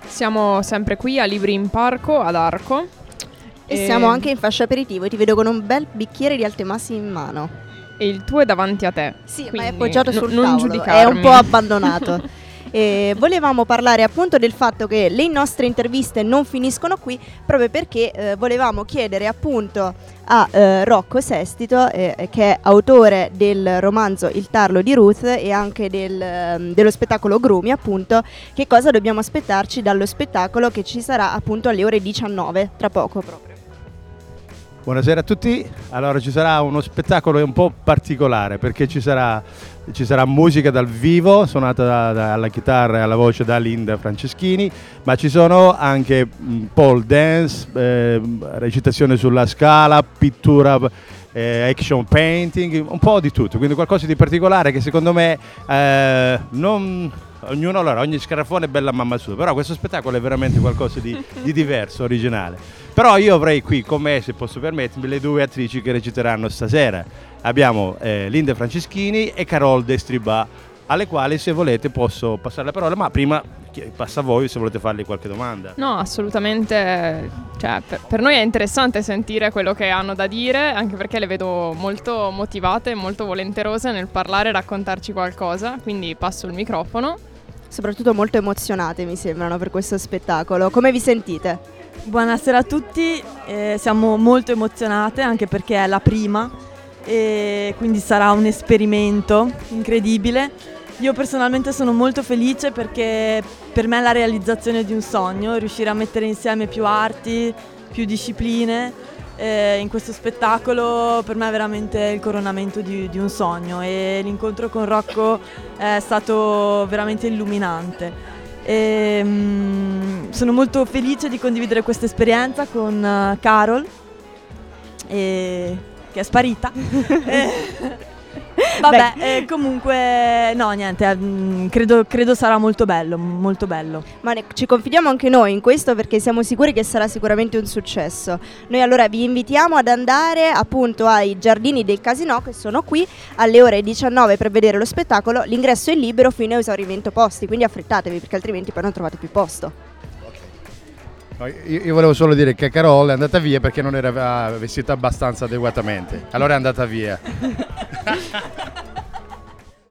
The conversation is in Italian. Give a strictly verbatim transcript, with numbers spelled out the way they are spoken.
Siamo sempre qui a Libri in Parco ad Arco. E, e siamo anche in fascia aperitivo e ti vedo con un bel bicchiere di Alte Massi in mano. E il tuo è davanti a te. Sì, ma è appoggiato sul non tavolo, giudicarmi. È un po' abbandonato. E volevamo parlare appunto del fatto che le nostre interviste non finiscono qui, proprio perché eh, volevamo chiedere appunto a eh, Rocco Sestito, eh, che è autore del romanzo Il tarlo di Ruth e anche del, eh, dello spettacolo Grumi, appunto, che cosa dobbiamo aspettarci dallo spettacolo che ci sarà appunto alle ore diciannove, tra poco proprio. Buonasera a tutti. Allora, ci sarà uno spettacolo un po' particolare perché ci sarà, ci sarà musica dal vivo suonata da, da, alla chitarra e alla voce da Linda Franceschini, ma ci sono anche mh, pole dance, eh, recitazione sulla scala, pittura, eh, action painting, un po' di tutto, quindi qualcosa di particolare che secondo me eh, non... Ognuno, allora, ogni scarafone è bella mamma sua, però questo spettacolo è veramente qualcosa di, di diverso, originale. Però io avrei qui con me, se posso permettermi, le due attrici che reciteranno stasera. Abbiamo eh, Linda Franceschini e Carole Destriba, alle quali, se volete, posso passare la parola, ma prima passa a voi se volete fargli qualche domanda. No, assolutamente, cioè, per, per noi è interessante sentire quello che hanno da dire, anche perché le vedo molto motivate, molto volenterose nel parlare e raccontarci qualcosa, quindi passo il microfono. Soprattutto molto emozionate, mi sembrano, per questo spettacolo. Come vi sentite? Buonasera a tutti, eh, siamo molto emozionate anche perché è la prima e quindi sarà un esperimento incredibile. Io personalmente sono molto felice perché per me è la realizzazione di un sogno, riuscire a mettere insieme più arti, più discipline. Eh, in questo spettacolo per me è veramente il coronamento di, di un sogno e l'incontro con Rocco è stato veramente illuminante. E, mh, sono molto felice di condividere questa esperienza con uh, Carole, e, che è sparita. e, Vabbè, eh, comunque no, niente, mh, credo, credo sarà molto bello, molto bello. Ma ne, ci confidiamo anche noi in questo perché siamo sicuri che sarà sicuramente un successo. Noi allora vi invitiamo ad andare appunto ai Giardini del Casino, che sono qui alle ore diciannove per vedere lo spettacolo. L'ingresso è libero fino a esaurimento posti, quindi affrettatevi perché altrimenti poi non trovate più posto. Io, io volevo solo dire che Carole è andata via perché non era vestita abbastanza adeguatamente, allora è andata via.